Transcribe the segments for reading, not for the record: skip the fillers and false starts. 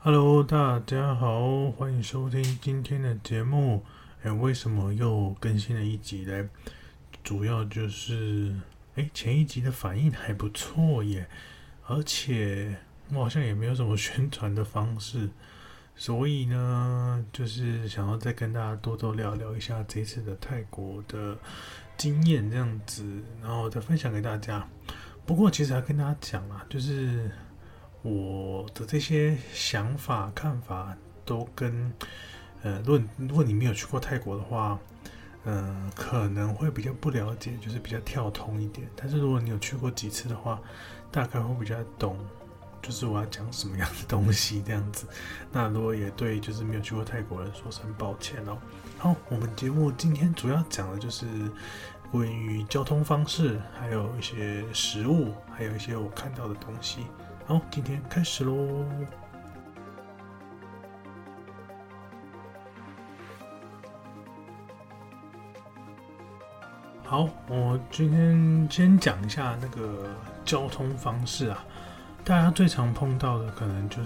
Hello，大家好，欢迎收听今天的节目。为什么又更新了一集嘞？主要就是，前一集的反应还不错耶，而且我好像也没有什么宣传的方式，所以呢，就是想要再跟大家多多聊聊一下这次的泰国的经验这样子，然后再分享给大家。不过其实还跟大家讲啦，就是我的这些想法、看法都跟如果你没有去过泰国的话，可能会比较不了解，就是比较跳通一点。但是如果你有去过几次的话，大概会比较懂，就是我要讲什么样的东西这样子。那如果也对就是没有去过泰国人说声抱歉哦。好，我们节目今天主要讲的就是关于交通方式，还有一些食物，还有一些我看到的东西。好，今天开始咯。好，我今天先讲一下那个交通方式啊。大家最常碰到的可能就是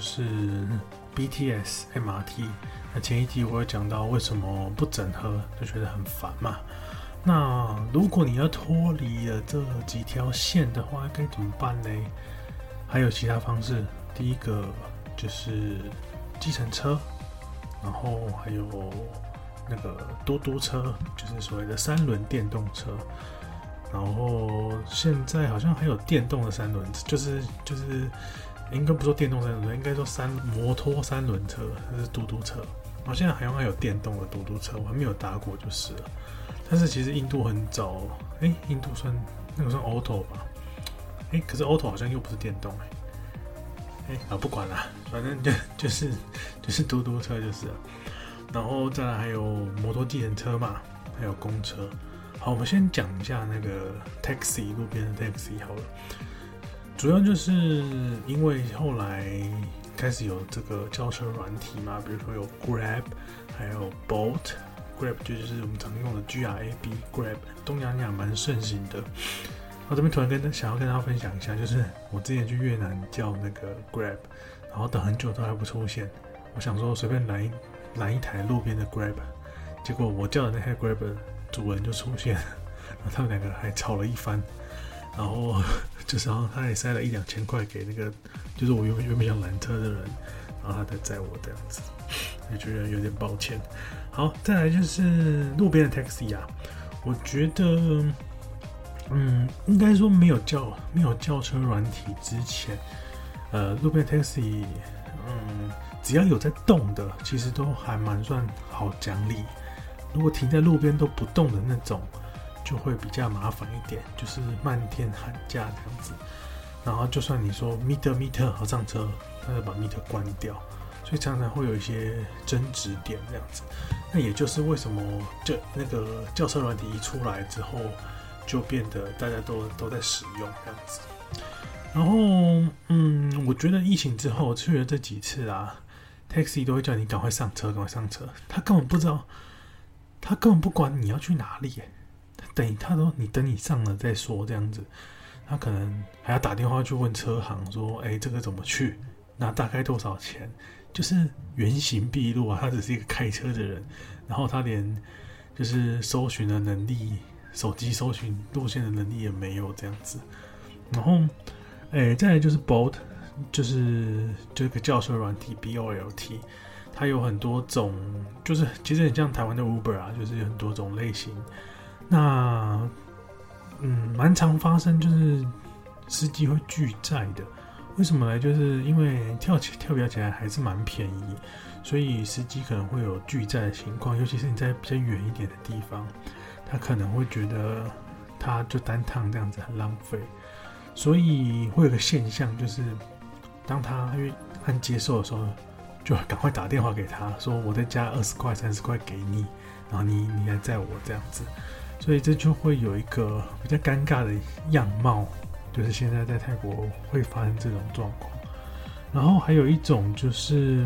BTS、MRT。那前一集我有讲到为什么不整合，就觉得很烦嘛。那如果你要脱离了这几条线的话，该怎么办呢？还有其他方式，第一个就是计程车，然后还有那个嘟嘟车，就是所谓的三轮电动车。然后现在好像还有电动的三轮，就是应该不说电动三轮车，应该说摩托三轮车，这是嘟嘟车。然后现在好像还有电动的嘟嘟车，我还没有搭过就是了。但是其实印度很早，印度算那个算 Auto 吧？可是 Auto 好像又不是电动不管啦，反正就是嘟嘟车就是了。然后再来还有摩托计程车嘛，还有公车。好，我们先讲一下那个 taxi 路边的 taxi 好了。主要就是因为后来开始有这个叫车软体嘛，比如说有 Grab， 还有 Bolt。Grab 就是我们常用的 GRAB， 东南亚蛮盛行的。我这边突然想要跟大家分享一下，就是我之前去越南叫那个 Grab， 然后等很久都还不出现。我想说随便拦一台路边的 Grab， 结果我叫的那台 Grab 主人就出现，然后他们两个还吵了一番，然后就是他也塞了1-2千块给那个就是我原本想拦车的人，然后他再载我这样子，也觉得有点抱歉。好，再来就是路边的 taxi 啊，我觉得应该说没有叫车软体之前，路边 taxi，只要有在动的，其实都还蛮算好讲理。如果停在路边都不动的那种，就会比较麻烦一点，就是漫天喊价这样子。然后就算你说 meter 好上车，他就把 meter 关掉，所以常常会有一些争执点这样子。那也就是为什么那个叫车软体一出来之后，就变得大家都在使用这样子。然后我觉得疫情之后去了这几次啊 ，taxi 都会叫你赶快上车，他根本不知道，他根本不管你要去哪里他说你等你上了再说这样子。他可能还要打电话去问车行说，这个怎么去？那大概多少钱？就是原形毕露啊，他只是一个开车的人，然后他连就是搜寻的能力，手机搜寻路线的能力也没有这样子。然后，再来就是 Bolt， 就是这个叫车软体 BOLT， 它有很多种，就是其实很像台湾的 Uber 啊，就是有很多种类型。那蛮常发生就是司机会拒载的。为什么呢？就是因为跳表起来还是蛮便宜，所以司机可能会有拒载的情况，尤其是你在比较远一点的地方，他可能会觉得他就单趟这样子很浪费，所以会有个现象，就是当他按接受的时候，就赶快打电话给他说我再加20块30块给你，然后你来载我这样子，所以这就会有一个比较尴尬的样貌。就是现在在泰国会发生这种状况。然后还有一种就是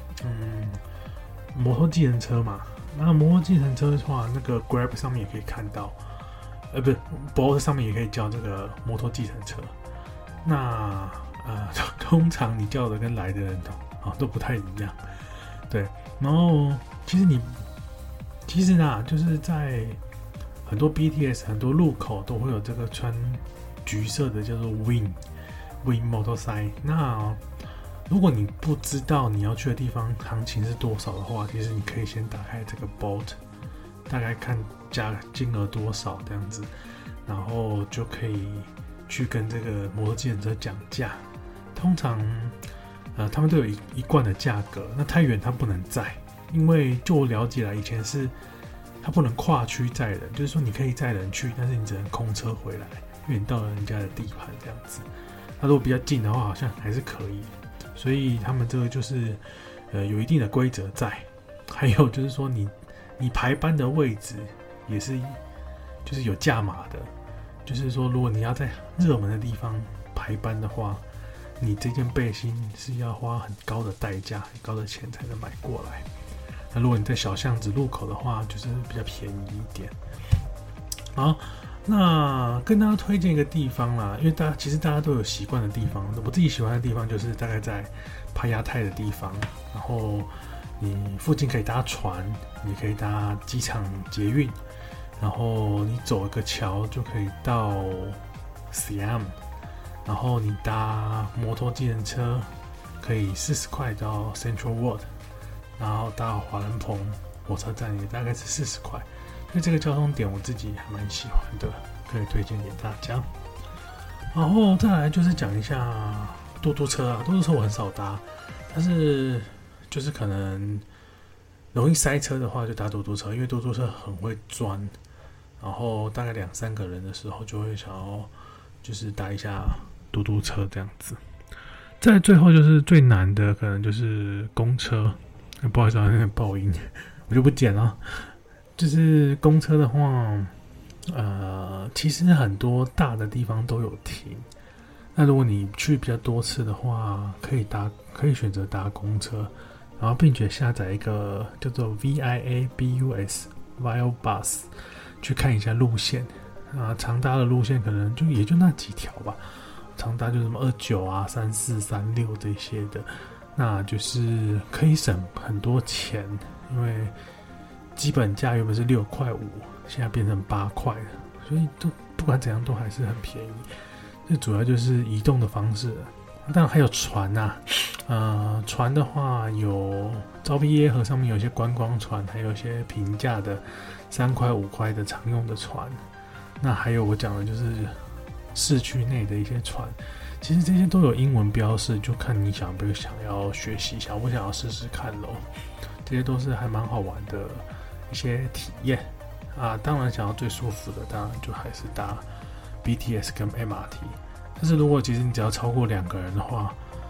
摩托计程车嘛，那摩托计程车的话，那个 Grab 上面也可以看到，不是 Bolt 上面也可以叫这个摩托计程车。那通常你叫的跟来的人都不太一样。对，然后其实啊，就是在很多 BTS 很多路口都会有这个穿橘色的叫做 Win Motorcycle。那如果你不知道你要去的地方行情是多少的话，其实你可以先打开这个 Bolt， 大概看金额多少这样子，然后就可以去跟这个摩托计程车讲价。通常他们都有一贯的价格，那太远他不能载，因为就我了解啦，以前是他不能跨区载人，就是说你可以载人去，但是你只能空车回来，因为你到了人家的地盘这样子。那如果比较近的话，好像还是可以。所以他们这个就是有一定的规则在。还有就是说你排班的位置也是就是有价码的，就是说如果你要在热门的地方排班的话，你这件背心是要花很高的代价、很高的钱才能买过来。那如果你在小巷子路口的话，就是比较便宜一点。好，那跟大家推荐一个地方啦，因为其实大家都有习惯的地方。我自己喜欢的地方就是大概在帕亚泰的地方，然后你附近可以搭船，你可以搭机场捷运，然后你走一个桥就可以到 Siam， 然后你搭摩托计程车可以40块到 Central World， 然后到华人棚火车站也大概是40块。所以这个交通点我自己还蛮喜欢的，可以推荐给大家。然后再来就是讲一下嘟嘟车啊，嘟嘟车我很少搭，但是就是可能容易塞车的话就搭嘟嘟车，因为嘟嘟车很会钻，然后大概2-3个人的时候就会想要就是搭一下嘟嘟车这样子。再最后就是最难的可能就是公车，不好意思有点爆音，我就不剪了。就是公车的话，其实很多大的地方都有停。那如果你去比较多次的话，可以选择搭公车，然后并且下载一个叫做 VIABUS Vio Bus 去看一下路线啊，常搭的路线可能也就那几条吧，常搭就什么29啊、34、36这些的，那就是可以省很多钱，因为基本价原本是6.5块，现在变成8块了，所以都不管怎样都还是很便宜。这主要就是移动的方式了。当然还有船啊，船的话有招聘耶河上面有一些观光船，还有一些平价的3块5块的常用的船。那还有我讲的就是市区内的一些船，其实这些都有英文标示，就看你想要学习，想不想要试试看咯。这些都是还蛮好玩的一些体验啊。当然想要最舒服的，当然就还是搭 BTS 跟 MRT。但是如果其实你只要超过2个人的话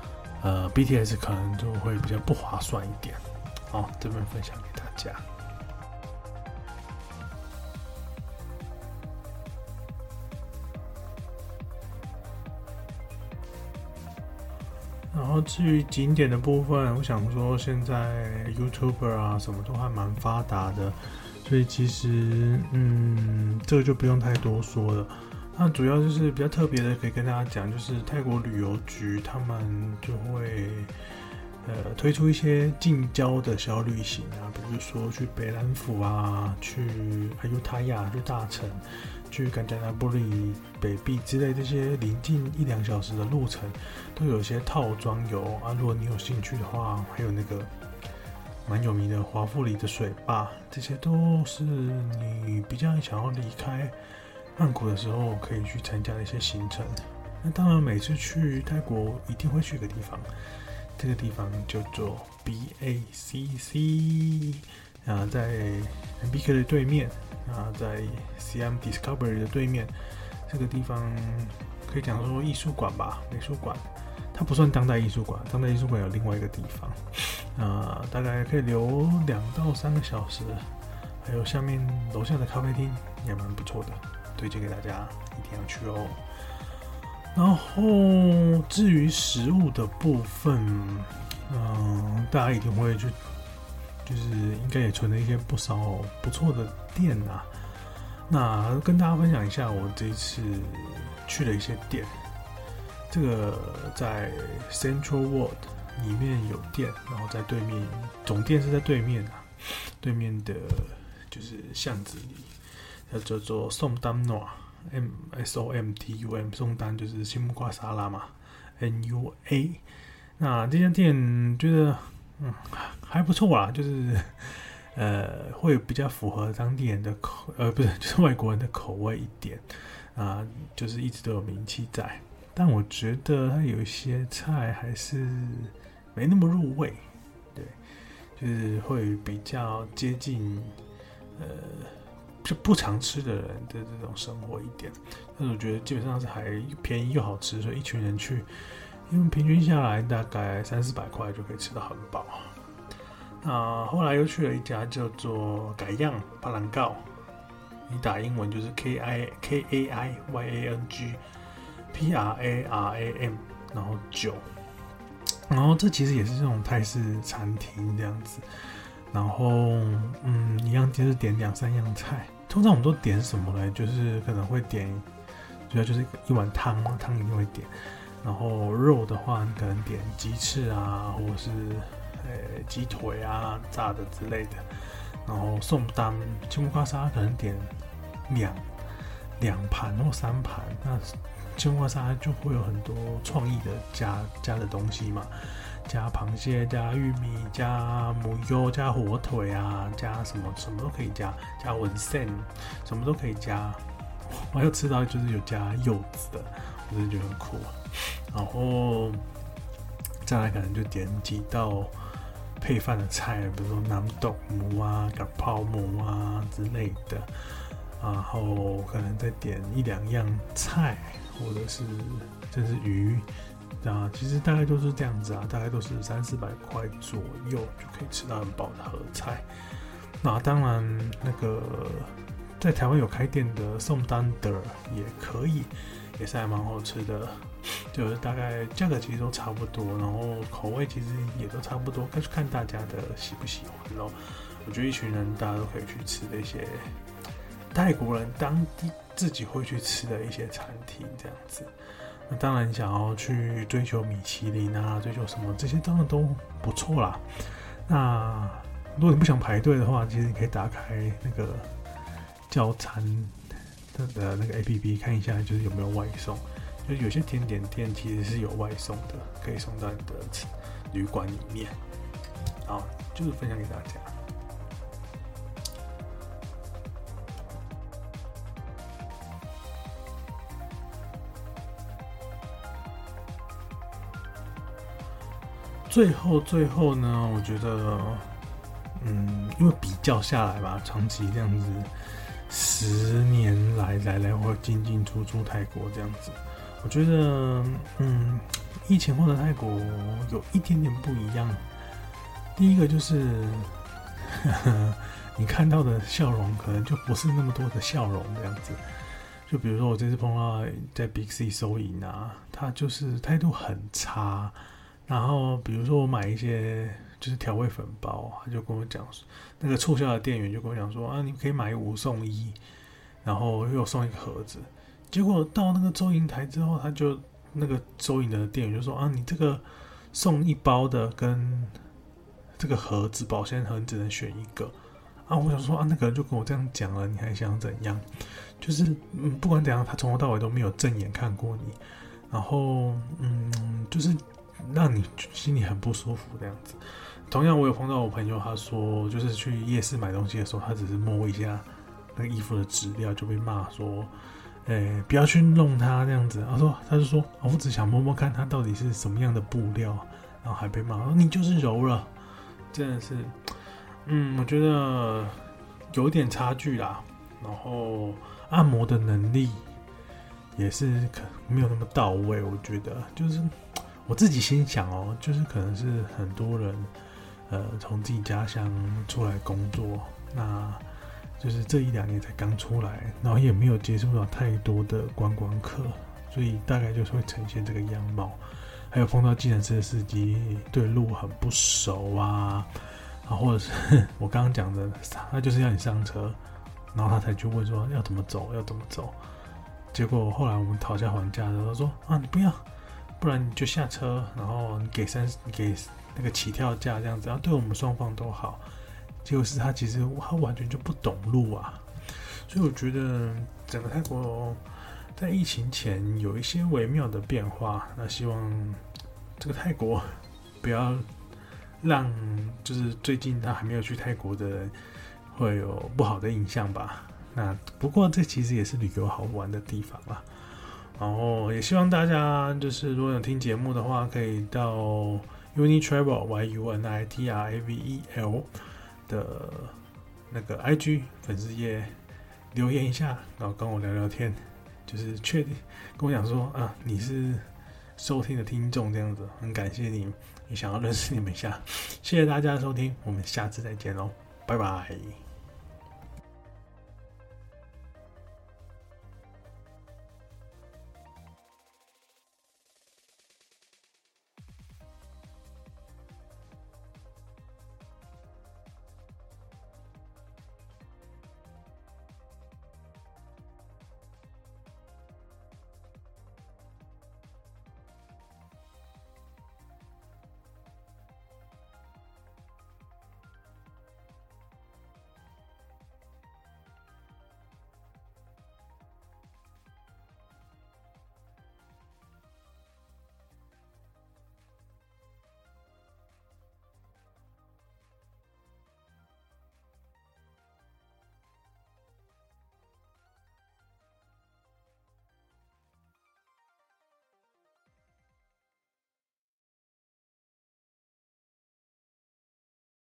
，BTS 可能就会比较不划算一点。好，这边分享给大家。然后至于景点的部分，我想说现在 YouTuber 啊什么都还蛮发达的，所以其实这个就不用太多说了。那主要就是比较特别的，可以跟大家讲，就是泰国旅游局他们就会推出一些近郊的小旅行啊，比如说去北兰府啊，去阿尤他亚，去大城，去甘加纳布里、北壁之类这些临近1-2小时的路程，都有一些套装游啊。如果你有兴趣的话，还有那个蛮有名的华富里的水坝，这些都是你比较想要离开曼谷的时候可以去参加的一些行程。那当然每次去泰国一定会去一个地方，这个地方叫做 BACC 啊，在 MBK 的对面啊，在 Siam Discovery 的对面，这个地方可以讲说艺术馆吧，美术馆。它不算当代艺术馆，当代艺术馆有另外一个地方，大概可以留2到3个小时，还有下面楼下的咖啡厅也蛮不错的，推荐给大家，一定要去哦。然后至于食物的部分，大家一定会去，就是应该也存了一些不少不错的店啊。那跟大家分享一下我这一次去了一些店。这个在 Central World 里面有店，然后在对面，总店是在对面啊，对面的就是巷子里，它叫做宋丹诺 ，SOMTUM， 宋丹就是青木瓜沙拉嘛 ，NUA。那这家店觉得还不错啦，就是会比较符合当地人的不是，就是外国人的口味一点啊，就是一直都有名气在。但我觉得它有一些菜还是没那么入味，对，就是会比较接近就不常吃的人的这种生活一点。但是我觉得基本上是还便宜又好吃，所以一群人去，因为平均下来大概300-400块就可以吃到很饱。后来又去了一家叫做改样巴兰告，你打英文就是 KAIYANG。PRARAM， 然后9，然后这其实也是这种泰式餐厅这样子，然后一样就是点2-3样菜。通常我们都点什么呢？就是可能会点，主要就是一碗汤，汤一定会点。然后肉的话，你可能点鸡翅啊，或者是鸡腿啊、炸的之类的。然后宋丹青木瓜沙可能点两盘或3盘，那青木瓜沙就会有很多创意的加的东西嘛，加螃蟹、加玉米、加母优、加火腿啊，加什么都可以加文蔘，什么都可以加。我还有吃到就是有加柚子的，我真的觉得很酷。然后再来可能就点几道配饭的菜，比如说南豆母啊、嘎泡母啊之类的。然后可能再点1-2样菜，或者是甚至鱼啊，其实大概都是这样子啊，大概都是300-400块左右就可以吃到很饱的合菜。那当然，那个在台湾有开店的宋丹德也可以，也是还蛮好吃的，就是大概价格其实都差不多，然后口味其实也都差不多，看大家的喜不喜欢咯。我觉得一群人大家都可以去吃的一些泰国人当地自己会去吃的一些餐厅这样子。那当然想要去追求米其林啊，追求什么这些当然都不错啦。那如果你不想排队的话，其实你可以打开那个叫餐的那个 APP 看一下，就是有没有外送。就是有些甜点店其实是有外送的，可以送到你的旅馆里面。好，就是分享给大家。最后呢，我觉得，因为比较下来吧，长期这样子，10年来回进出泰国这样子，我觉得，疫情后的泰国有一点点不一样。第一个就是，你看到的笑容可能就不是那么多的笑容这样子。就比如说我这次碰到在 Big C 收银啊，他就是态度很差。然后比如说我买一些就是调味粉包，他就跟我讲，那个促销的店员就跟我讲说啊，你可以买5送1，然后又送一个盒子。结果到那个收银台之后，他就那个收银的店员就说啊，你这个送1包的跟这个盒子保鲜盒你只能选一个啊。我想说啊，那个人就跟我这样讲了，你还想怎样？就是不管怎样，他从头到尾都没有正眼看过你，然后就是让你心里很不舒服这样子。同样我有碰到我朋友，他说就是去夜市买东西的时候，他只是摸一下那个衣服的质料就被骂说不要去弄它这样子。他就说我只想摸摸看它到底是什么样的布料，然后还被骂说你就是柔了。真的是我觉得有点差距啦。然后按摩的能力也是没有那么到位，我觉得就是我自己心想就是可能是很多人从自己家乡出来工作，那就是这1-2年才刚出来，然后也没有接触到太多的观光客，所以大概就是会呈现这个样貌。还有碰到计程车司机对路很不熟啊，或者是我刚刚讲的，他就是要你上车，然后他才去问说要怎么走，结果后来我们讨价还价的时候说啊，你不要不然你就下车，然后你给那个起跳价这样子，然后对我们双方都好。结果是他其实他完全就不懂路啊，所以我觉得整个泰国在疫情前有一些微妙的变化。那希望这个泰国不要让就是最近他还没有去泰国的人会有不好的印象吧。那不过这其实也是旅游好玩的地方啦。然后也希望大家就是如果有听节目的话，可以到 Unitravel YUNITRAVEL 的那个 IG 粉丝页留言一下，然后跟我聊聊天，就是确定跟我讲说啊你是收听的听众这样子，很感谢你，也想要认识你们一下。谢谢大家的收听，我们下次再见喽，拜拜。